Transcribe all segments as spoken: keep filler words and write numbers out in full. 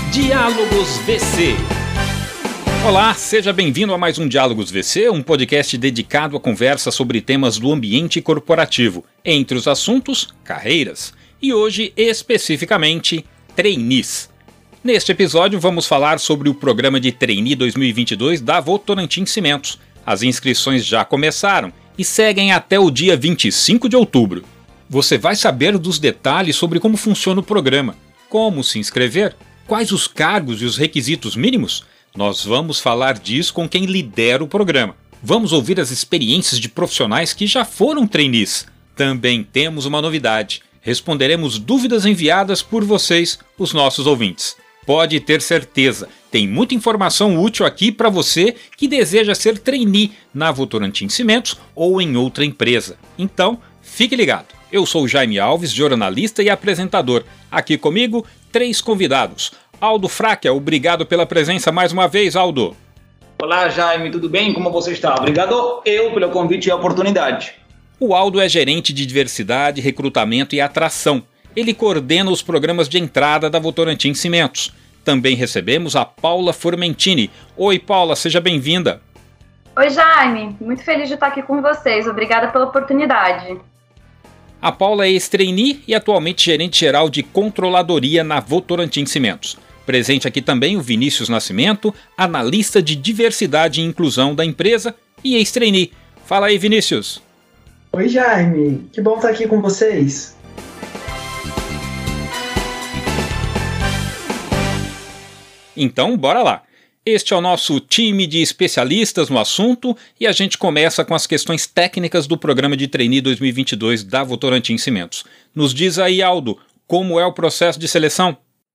Diálogos V C. Olá, seja bem-vindo a mais um Diálogos V C, um podcast dedicado a conversa sobre temas do ambiente corporativo, entre os assuntos, carreiras, e hoje, especificamente, trainees. Neste episódio, vamos falar sobre o programa de Trainee dois mil e vinte e dois da Votorantim Cimentos. As inscrições já começaram e seguem até o dia vinte e cinco de outubro. Você vai saber dos detalhes sobre como funciona o programa, como se inscrever, quais os cargos e os requisitos mínimos? Nós vamos falar disso com quem lidera o programa. Vamos ouvir as experiências de profissionais que já foram trainees. Também temos uma novidade. Responderemos dúvidas enviadas por vocês, os nossos ouvintes. Pode ter certeza, tem muita informação útil aqui para você que deseja ser trainee na Votorantim Cimentos ou em outra empresa. Então, fique ligado. Eu sou Jaime Alves, jornalista e apresentador. Aqui comigo, três convidados. Aldo Fracchia, obrigado pela presença mais uma vez, Aldo. Olá, Jaime, tudo bem? Como você está? Obrigado eu pelo convite e a oportunidade. O Aldo é gerente de diversidade, recrutamento e atração. Ele coordena os programas de entrada da Votorantim Cimentos. Também recebemos a Paula Formentini. Oi, Paula, seja bem-vinda. Oi, Jaime. Muito feliz de estar aqui com vocês. Obrigada pela oportunidade. A Paula é ex-trainee e atualmente gerente-geral de controladoria na Votorantim Cimentos. Presente aqui também o Vinícius Nascimento, analista de diversidade e inclusão da empresa e ex-trainee. Fala aí, Vinícius. Oi, Jaime. Que bom estar aqui com vocês. Então, bora lá. Este é o nosso time de especialistas no assunto e a gente começa com as questões técnicas do programa de Trainee dois mil e vinte e dois da Votorantim Cimentos. Nos diz aí, Aldo, como é o processo de seleção?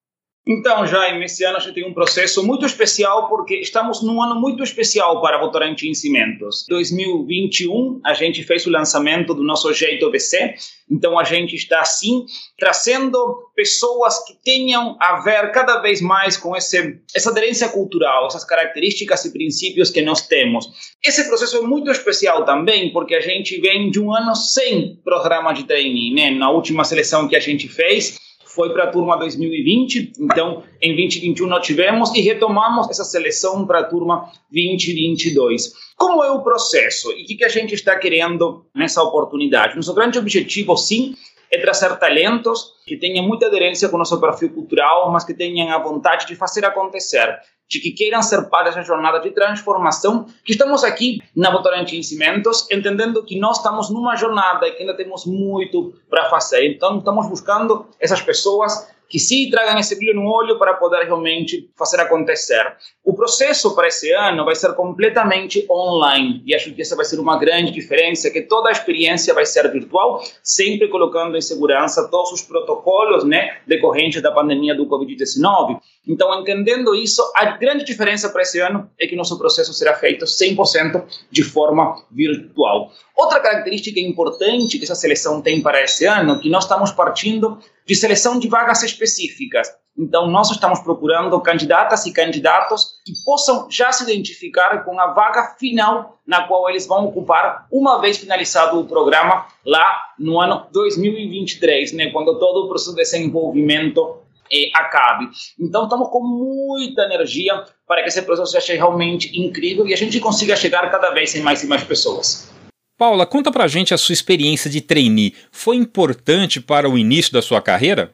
Então, Jaime, esse ano a gente tem um processo muito especial porque estamos num ano muito especial para a Votorantim Cimentos. dois mil e vinte e um, a gente fez o lançamento do nosso Jeito V C, então a gente está, sim, trazendo pessoas que tenham a ver cada vez mais com esse, essa aderência cultural, essas características e princípios que nós temos. Esse processo é muito especial também porque a gente vem de um ano sem programa de trainee, né? Na última seleção que a gente fez, foi para a turma dois mil e vinte, então em vinte e vinte e um nós tivemos e retomamos essa seleção para a turma vinte e vinte e dois. Como é o processo e o que, que a gente está querendo nessa oportunidade? Nosso grande objetivo, sim, é trazer talentos que tenham muita aderência com o nosso perfil cultural, mas que tenham a vontade de fazer acontecer, de que queiram ser parte dessa jornada de transformação, que estamos aqui na Votorantim Cimentos, entendendo que nós estamos numa jornada e que ainda temos muito para fazer. Então, estamos buscando essas pessoas que se tragam esse brilho no olho para poder realmente fazer acontecer. O processo para esse ano vai ser completamente online e acho que essa vai ser uma grande diferença, que toda a experiência vai ser virtual, sempre colocando em segurança todos os protocolos, né, decorrentes da pandemia do covid dezenove. Então, entendendo isso, a grande diferença para esse ano é que nosso processo será feito cem por cento de forma virtual. Outra característica importante que essa seleção tem para esse ano é que nós estamos partindo de seleção de vagas específicas. Então, nós estamos procurando candidatas e candidatos que possam já se identificar com a vaga final na qual eles vão ocupar uma vez finalizado o programa lá no ano dois mil e vinte e três, né, quando todo o processo de desenvolvimento eh, acabe. Então, estamos com muita energia para que esse processo seja realmente incrível e a gente consiga chegar cada vez em mais e mais pessoas. Paula, conta pra gente a sua experiência de trainee. Foi importante para o início da sua carreira?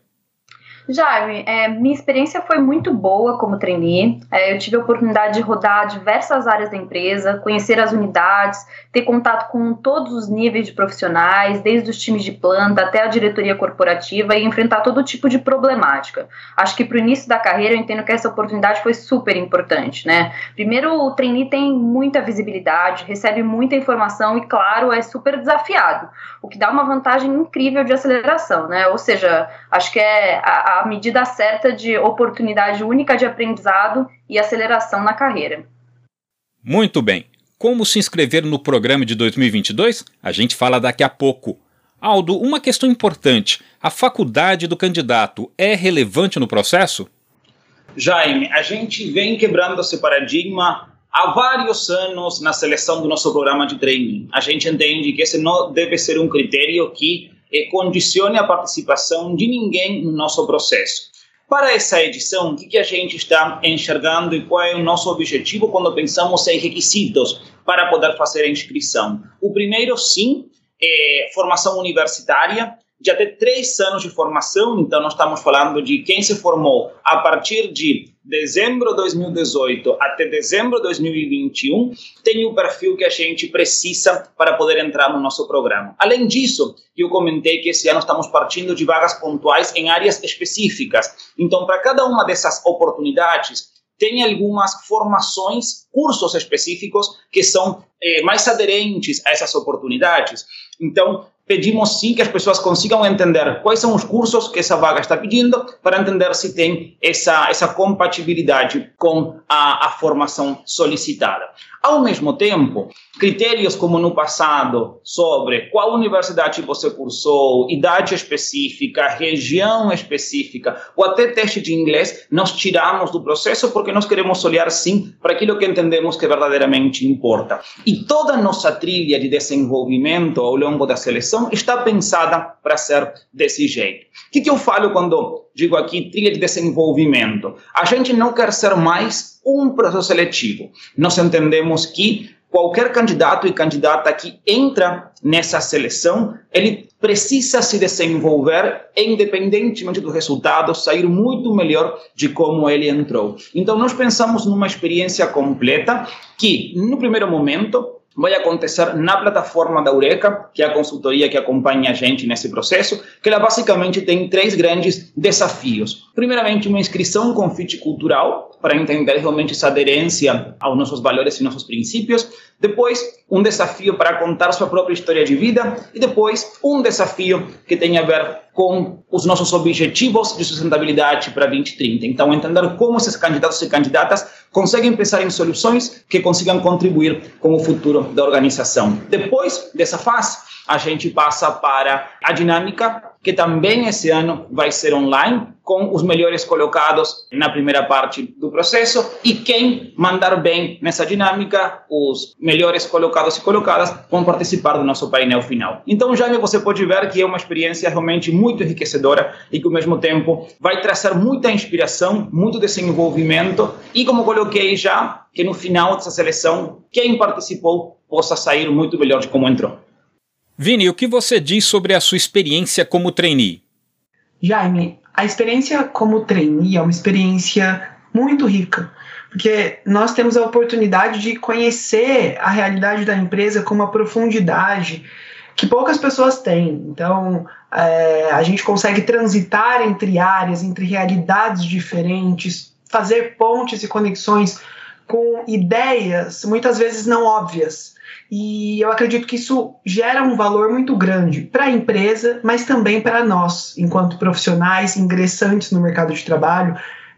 Jaime, é, minha experiência foi muito boa como trainee. É, eu tive a oportunidade de rodar diversas áreas da empresa, conhecer as unidades, ter contato com todos os níveis de profissionais, desde os times de planta até a diretoria corporativa e enfrentar todo tipo de problemática. Acho que para o início da carreira eu entendo que essa oportunidade foi super importante, né? Primeiro, o trainee tem muita visibilidade, recebe muita informação e, claro, é super desafiado, o que dá uma vantagem incrível de aceleração, né? Ou seja, acho que é a, a medida certa de oportunidade única de aprendizado e aceleração na carreira. Muito bem. Como se inscrever no programa de dois mil e vinte e dois? A gente fala daqui a pouco. Aldo, uma questão importante. A faculdade do candidato é relevante no processo? Jaime, a gente vem quebrando esse paradigma há vários anos na seleção do nosso programa de trainee. A gente entende que esse não deve ser um critério que condicione a participação de ninguém no nosso processo. Para essa edição, o que a gente está enxergando e qual é o nosso objetivo quando pensamos em requisitos para poder fazer a inscrição? O primeiro, sim, é formação universitária, de até três anos de formação. Então, nós estamos falando de quem se formou a partir de dezembro de dois mil e dezoito até dezembro de dois mil e vinte e um, tem o perfil que a gente precisa para poder entrar no nosso programa. Além disso, eu comentei que esse ano estamos partindo de vagas pontuais em áreas específicas. Então, para cada uma dessas oportunidades, tem algumas formações, cursos específicos que são eh, mais aderentes a essas oportunidades. Então, pedimos sim que as pessoas consigam entender quais são os cursos que essa vaga está pedindo para entender se tem essa, essa compatibilidade com a, a formação solicitada. Ao mesmo tempo, critérios como no passado sobre qual universidade você cursou, idade específica, região específica ou até teste de inglês, nós tiramos do processo porque nós queremos olhar sim para aquilo que entendemos que verdadeiramente importa. E toda a nossa trilha de desenvolvimento ao longo da seleção está pensada para ser desse jeito. O que, que eu falo quando digo aqui trilha de desenvolvimento? A gente não quer ser mais um processo seletivo. Nós entendemos que qualquer candidato e candidata que entra nessa seleção, ele precisa se desenvolver independentemente do resultado, sair muito melhor de como ele entrou. Então, nós pensamos numa experiência completa que, no primeiro momento, vai acontecer na plataforma da Eureka, que é a consultoria que acompanha a gente nesse processo, que ela basicamente tem três grandes desafios. Primeiramente, uma inscrição com fit cultural, para entender realmente essa aderência aos nossos valores e nossos princípios. Depois, um desafio para contar sua própria história de vida. E depois, um desafio que tem a ver com os nossos objetivos de sustentabilidade para vinte e trinta. Então, entender como esses candidatos e candidatas conseguem pensar em soluções que consigam contribuir com o futuro da organização. Depois dessa fase, a gente passa para a dinâmica, que também esse ano vai ser online, com os melhores colocados na primeira parte do processo, e quem mandar bem nessa dinâmica, os melhores colocados e colocadas, vão participar do nosso painel final. Então, Jaime, você pode ver que é uma experiência realmente muito enriquecedora e que, ao mesmo tempo, vai trazer muita inspiração, muito desenvolvimento e, como coloquei já, que no final dessa seleção, quem participou possa sair muito melhor de como entrou. Vini, o que você diz sobre a sua experiência como trainee? Jaime, a experiência como trainee é uma experiência muito rica, porque nós temos a oportunidade de conhecer a realidade da empresa com uma profundidade que poucas pessoas têm. Então, é, a gente consegue transitar entre áreas, entre realidades diferentes, fazer pontes e conexões com ideias muitas vezes não óbvias. E eu acredito que isso gera um valor muito grande para a empresa, mas também para nós, enquanto profissionais, ingressantes no mercado de trabalho.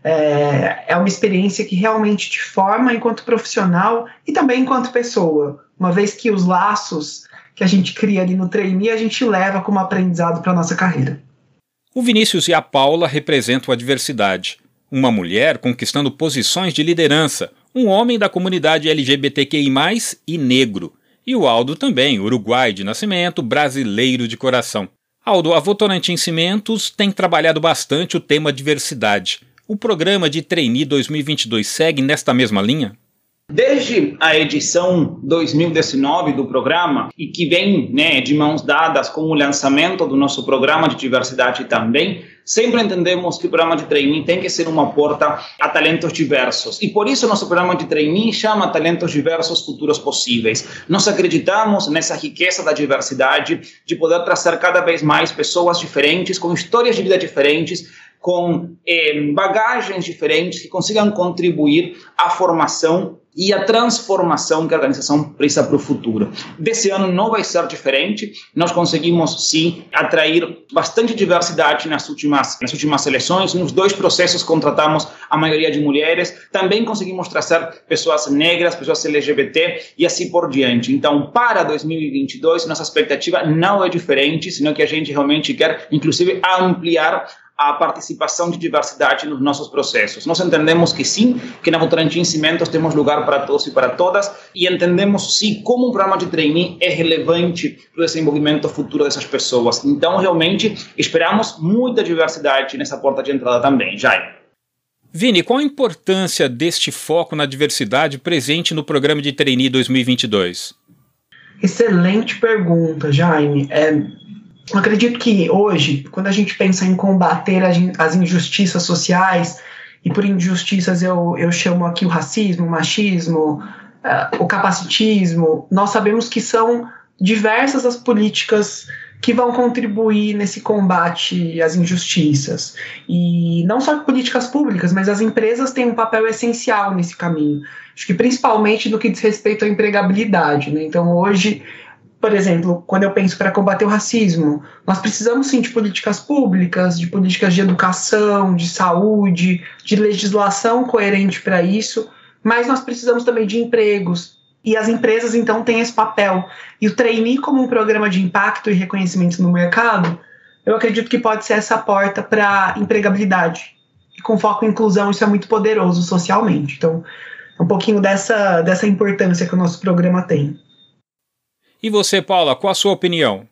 É, é uma experiência que realmente te forma enquanto profissional e também enquanto pessoa, uma vez que os laços que a gente cria ali no trainee, a gente leva como aprendizado para a nossa carreira. O Vinícius e a Paula representam a diversidade. Uma mulher conquistando posições de liderança, um homem da comunidade L G B T Q I mais, e negro. E o Aldo também, uruguai de nascimento, brasileiro de coração. Aldo, a Votorantim Cimentos tem trabalhado bastante o tema diversidade. O programa de trainee dois mil e vinte e dois segue nesta mesma linha? Desde a edição dois mil e dezenove do programa, e que vem, né, de mãos dadas com o lançamento do nosso programa de diversidade também, sempre entendemos que o programa de trainee tem que ser uma porta a talentos diversos. E por isso nosso programa de trainee chama Talentos Diversos Futuros Possíveis. Nós acreditamos nessa riqueza da diversidade, de poder trazer cada vez mais pessoas diferentes, com histórias de vida diferentes, com eh, bagagens diferentes que consigam contribuir à formação e a transformação que a organização precisa para o futuro. Desse ano não vai ser diferente. Nós conseguimos, sim, atrair bastante diversidade nas últimas, nas últimas seleções. Nos dois processos contratamos a maioria de mulheres. Também conseguimos trazer pessoas negras, pessoas L G B T e assim por diante. Então, para dois mil e vinte e dois, nossa expectativa não é diferente, senão que a gente realmente quer, inclusive, ampliar a participação de diversidade nos nossos processos. Nós entendemos que sim, que na Votorantim Cimentos temos lugar para todos e para todas, e entendemos sim como um programa de trainee é relevante para o desenvolvimento futuro dessas pessoas. Então, realmente, esperamos muita diversidade nessa porta de entrada também. Jaime. Vini, qual a importância deste foco na diversidade presente no programa de trainee dois mil e vinte e dois? Excelente pergunta, Jaime. É, eu acredito que hoje, quando a gente pensa em combater as injustiças sociais, e por injustiças eu, eu chamo aqui o racismo, o machismo, uh, o capacitismo, nós sabemos que são diversas as políticas que vão contribuir nesse combate às injustiças. E não só políticas públicas, mas as empresas têm um papel essencial nesse caminho. Acho que principalmente no que diz respeito à empregabilidade, né? Então hoje, por exemplo, quando eu penso para combater o racismo, nós precisamos sim de políticas públicas, de políticas de educação, de saúde, de legislação coerente para isso, mas nós precisamos também de empregos. E as empresas, então, têm esse papel. E o trainee, como um programa de impacto e reconhecimento no mercado, eu acredito que pode ser essa porta para empregabilidade. E com foco em inclusão, isso é muito poderoso socialmente. Então, é um pouquinho dessa, dessa importância que o nosso programa tem. E você, Paula, qual a sua opinião?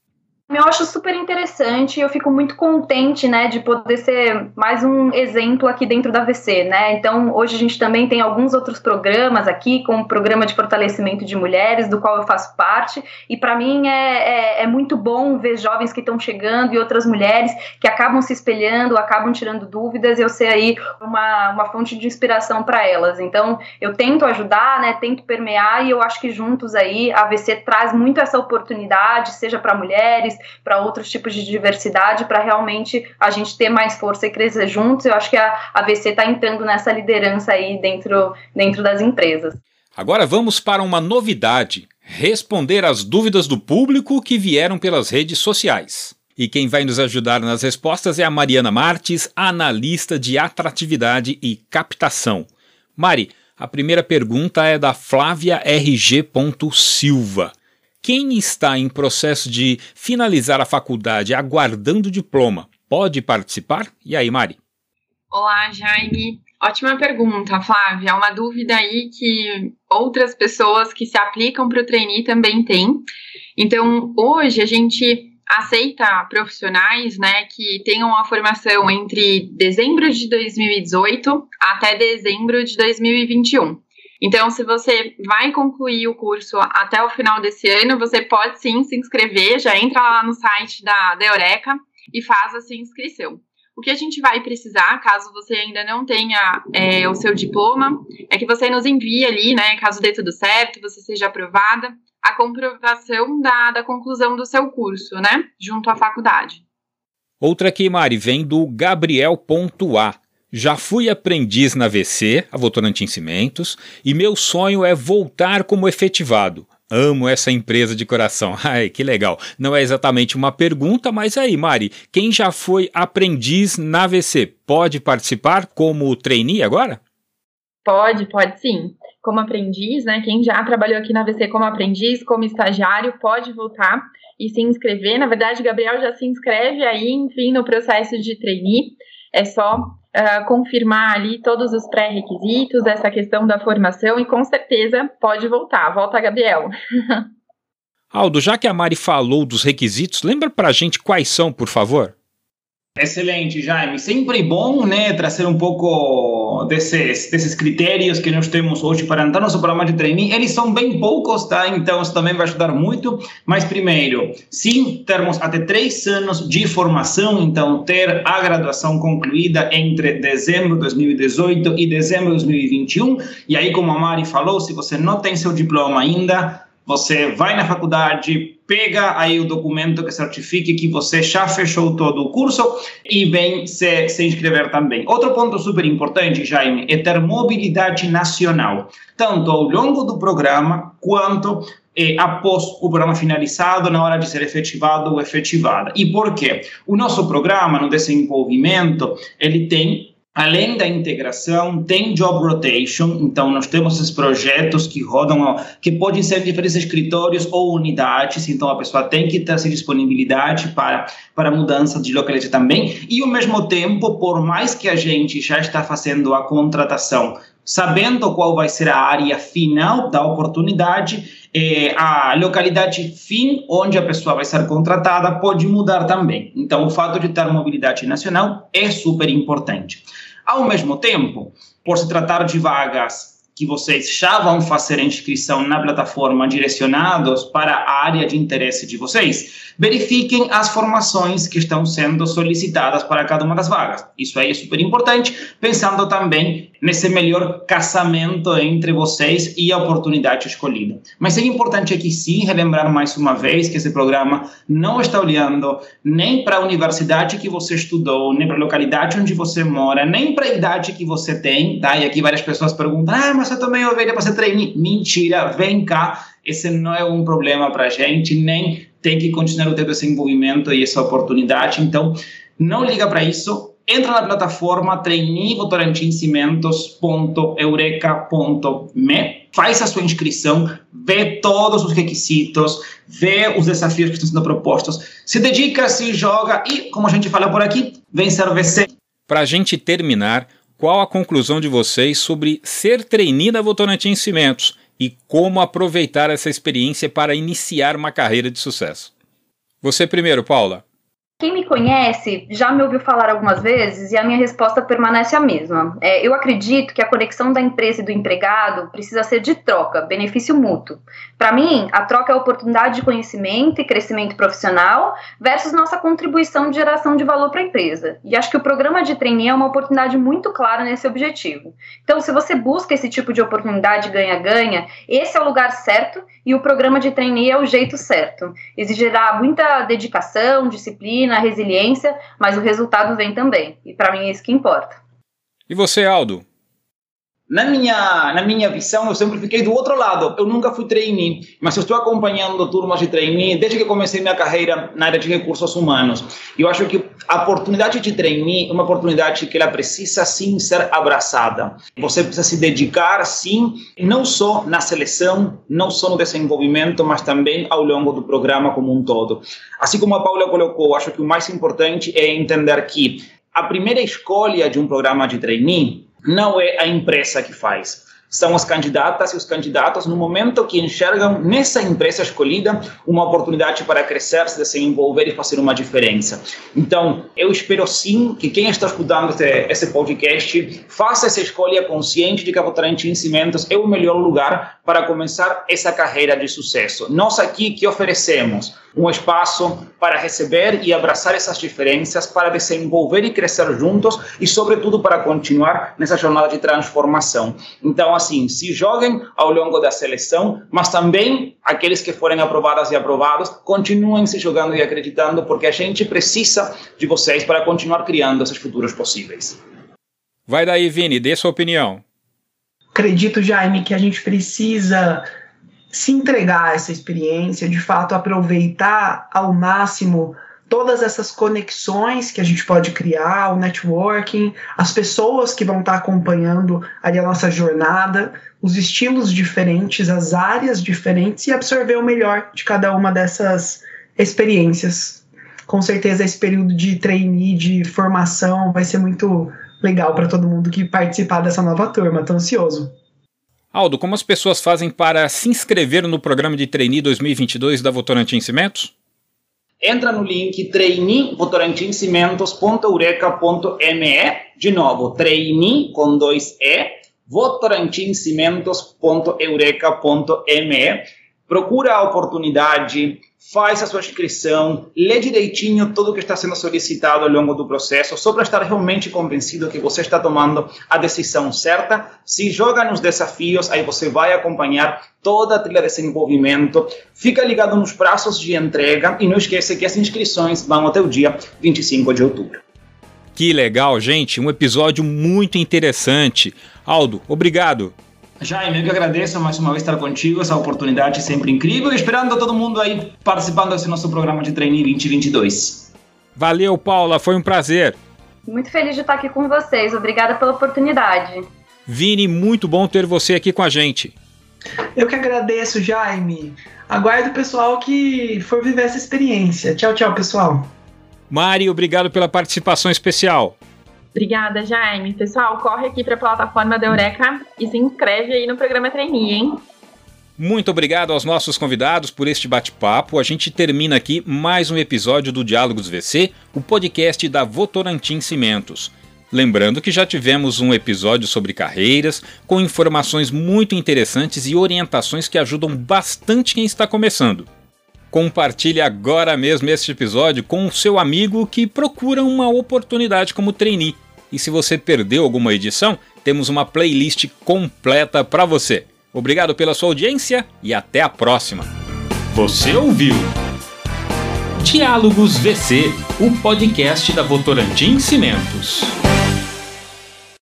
Eu acho super interessante, eu fico muito contente, né, de poder ser mais um exemplo aqui dentro da A V C, né, então hoje a gente também tem alguns outros programas aqui, como o programa de fortalecimento de mulheres, do qual eu faço parte, e para mim é, é, é muito bom ver jovens que estão chegando e outras mulheres que acabam se espelhando, acabam tirando dúvidas, e eu ser aí uma, uma fonte de inspiração para elas, então eu tento ajudar, né, tento permear, e eu acho que juntos aí a A V C traz muito essa oportunidade, seja para mulheres, para outros tipos de diversidade, para realmente a gente ter mais força e crescer juntos. Eu acho que a A V C está entrando nessa liderança aí dentro, dentro das empresas. Agora vamos para uma novidade: responder às dúvidas do público que vieram pelas redes sociais. E quem vai nos ajudar nas respostas é a Mariana Martins, analista de atratividade e captação. Mari, a primeira pergunta é da Flávia R G. Silva. Quem está em processo de finalizar a faculdade aguardando o diploma, pode participar? E aí, Mari? Olá, Jaime. Ótima pergunta, Flávia. É uma dúvida aí que outras pessoas que se aplicam para o trainee também têm. Então, hoje a gente aceita profissionais, né, que tenham a formação entre dezembro de dois mil e dezoito até dezembro de dois mil e vinte e um. Então, se você vai concluir o curso até o final desse ano, você pode sim se inscrever, já entra lá no site da, da Eureka e faz a sua inscrição. O que a gente vai precisar, caso você ainda não tenha é, o seu diploma, é que você nos envie ali, né, caso dê tudo certo, você seja aprovada, a comprovação da, da conclusão do seu curso, né, junto à faculdade. Outra aqui, Mari, vem do Gabriel.a. Já fui aprendiz na A V C, a Votorantim Cimentos, e meu sonho é voltar como efetivado. Amo essa empresa de coração. Ai, que legal. Não é exatamente uma pergunta, mas aí, Mari, quem já foi aprendiz na A V C, pode participar como trainee agora? Pode, pode sim. Como aprendiz, né? Quem já trabalhou aqui na A V C como aprendiz, como estagiário, pode voltar e se inscrever. Na verdade, Gabriel já se inscreve aí, enfim, no processo de trainee. É só uh, confirmar ali todos os pré-requisitos, essa questão da formação, e com certeza pode voltar. Volta, Gabriel. Aldo, já que a Mari falou dos requisitos, lembra pra gente quais são, por favor? Excelente, Jaime. Sempre bom, né, trazer um pouco desses, desses critérios que nós temos hoje para entrar no nosso programa de trainee. Eles são bem poucos, tá? Então isso também vai ajudar muito. Mas primeiro, sim, termos até três anos de formação, então ter a graduação concluída entre dezembro de dois mil e dezoito e dezembro de dois mil e vinte e um. E aí, como a Mari falou, se você não tem seu diploma ainda, você vai na faculdade, pega aí o documento que certifique que você já fechou todo o curso e vem se, se inscrever também. Outro ponto super importante, Jaime, é ter mobilidade nacional, tanto ao longo do programa quanto eh, após o programa finalizado, na hora de ser efetivado ou efetivada. E por quê? O nosso programa no desenvolvimento, ele tem Além da integração, tem job rotation, então nós temos esses projetos que rodam, que podem ser em diferentes escritórios ou unidades, então a pessoa tem que ter essa disponibilidade para, para mudança de localidade também, e ao mesmo tempo, por mais que a gente já está fazendo a contratação, sabendo qual vai ser a área final da oportunidade, eh, a localidade fim, onde a pessoa vai ser contratada, pode mudar também. Então, o fato de ter mobilidade nacional é super importante. Ao mesmo tempo, por se tratar de vagas que vocês já vão fazer a inscrição na plataforma direcionados para a área de interesse de vocês, verifiquem as formações que estão sendo solicitadas para cada uma das vagas. Isso aí é super importante, pensando também nesse melhor casamento entre vocês e a oportunidade escolhida. Mas é importante aqui sim relembrar mais uma vez que esse programa não está olhando nem para a universidade que você estudou, nem para a localidade onde você mora, nem para a idade que você tem, tá? E aqui várias pessoas perguntam, ah, mas eu também ovelha para ser trainee. Mentira, vem cá, esse não é um problema para a gente, nem tem que continuar o teu desenvolvimento e essa oportunidade. Então, não liga para isso. Entra na plataforma trainee votorantim cimentos ponto eureka ponto me, faz a sua inscrição, vê todos os requisitos, vê os desafios que estão sendo propostos, se dedica, se joga e, como a gente fala por aqui, vem ser V C. Para a gente terminar, qual a conclusão de vocês sobre ser trainee da Votorantim Cimentos e como aproveitar essa experiência para iniciar uma carreira de sucesso? Você primeiro, Paula. Quem me conhece já me ouviu falar algumas vezes e a minha resposta permanece a mesma. É, eu acredito que a conexão da empresa e do empregado precisa ser de troca, benefício mútuo. Para mim, a troca é a oportunidade de conhecimento e crescimento profissional versus nossa contribuição de geração de valor para a empresa. E acho que o programa de trainee é uma oportunidade muito clara nesse objetivo. Então, se você busca esse tipo de oportunidade ganha-ganha, esse é o lugar certo e o programa de trainee é o jeito certo. Exigirá muita dedicação, disciplina, resiliência, mas o resultado vem também. E para mim é isso que importa. E você, Aldo? Na minha, na minha visão, eu sempre fiquei do outro lado. Eu nunca fui trainee, mas eu estou acompanhando turmas de trainee desde que comecei minha carreira na área de recursos humanos. Eu acho que a oportunidade de trainee é uma oportunidade que ela precisa, sim, ser abraçada. Você precisa se dedicar, sim, não só na seleção, não só no desenvolvimento, mas também ao longo do programa como um todo. Assim como a Paula colocou, acho que o mais importante é entender que a primeira escolha de um programa de trainee não é a empresa que faz. São as candidatas e os candidatos no momento que enxergam nessa empresa escolhida uma oportunidade para crescer, se desenvolver e fazer uma diferença. Então, eu espero sim que quem está escutando esse, esse podcast faça essa escolha consciente de que a Votorantim Cimentos é o melhor lugar para começar essa carreira de sucesso. Nós aqui que oferecemos um espaço para receber e abraçar essas diferenças, para desenvolver e crescer juntos e, sobretudo, para continuar nessa jornada de transformação. Então, assim, se joguem ao longo da seleção, mas também aqueles que forem aprovadas e aprovados, continuem se jogando e acreditando, porque a gente precisa de vocês para continuar criando esses futuros possíveis. Vai daí, Vini, dê sua opinião. Acredito, Jaime, que a gente precisa se entregar a essa experiência, de fato aproveitar ao máximo todas essas conexões que a gente pode criar, o networking, as pessoas que vão estar acompanhando ali a nossa jornada, os estilos diferentes, as áreas diferentes e absorver o melhor de cada uma dessas experiências. Com certeza esse período de trainee, de formação, vai ser muito legal para todo mundo que participar dessa nova turma. Estou ansioso. Aldo, como as pessoas fazem para se inscrever no programa de trainee dois mil e vinte e dois da Votorantim Cimentos? Entra no link trainee votorantim cimentos ponto eureka ponto me, de novo, trainee com dois E, votorantim cimentos ponto eureka ponto me, procura a oportunidade, faz a sua inscrição, lê direitinho tudo o que está sendo solicitado ao longo do processo, só para estar realmente convencido que você está tomando a decisão certa. Se joga nos desafios, aí você vai acompanhar toda a trilha de desenvolvimento, fica ligado nos prazos de entrega e não esqueça que as inscrições vão até o dia vinte e cinco de outubro. Que legal, gente, um episódio muito interessante. Aldo, obrigado. Jaime, eu que agradeço mais uma vez estar contigo, essa oportunidade sempre incrível, e esperando todo mundo aí participando desse nosso programa de trainee vinte e vinte e dois. Valeu, Paula, foi um prazer. Muito feliz de estar aqui com vocês. Obrigada pela oportunidade. Vini, muito bom ter você aqui com a gente. Eu que agradeço, Jaime. Aguardo o pessoal que for viver essa experiência. Tchau, tchau, pessoal. Mari, obrigado pela participação especial. Obrigada, Jaime. Pessoal, corre aqui para a plataforma da Eureka e se inscreve aí no programa Trainee, hein? Muito obrigado aos nossos convidados por este bate-papo. A gente termina aqui mais um episódio do Diálogos V C, o podcast da Votorantim Cimentos. Lembrando que já tivemos um episódio sobre carreiras, com informações muito interessantes e orientações que ajudam bastante quem está começando. Compartilhe agora mesmo este episódio com o seu amigo que procura uma oportunidade como trainee. E se você perdeu alguma edição, temos uma playlist completa para você. Obrigado pela sua audiência e até a próxima. Você ouviu Diálogos V C, o podcast da Votorantim Cimentos.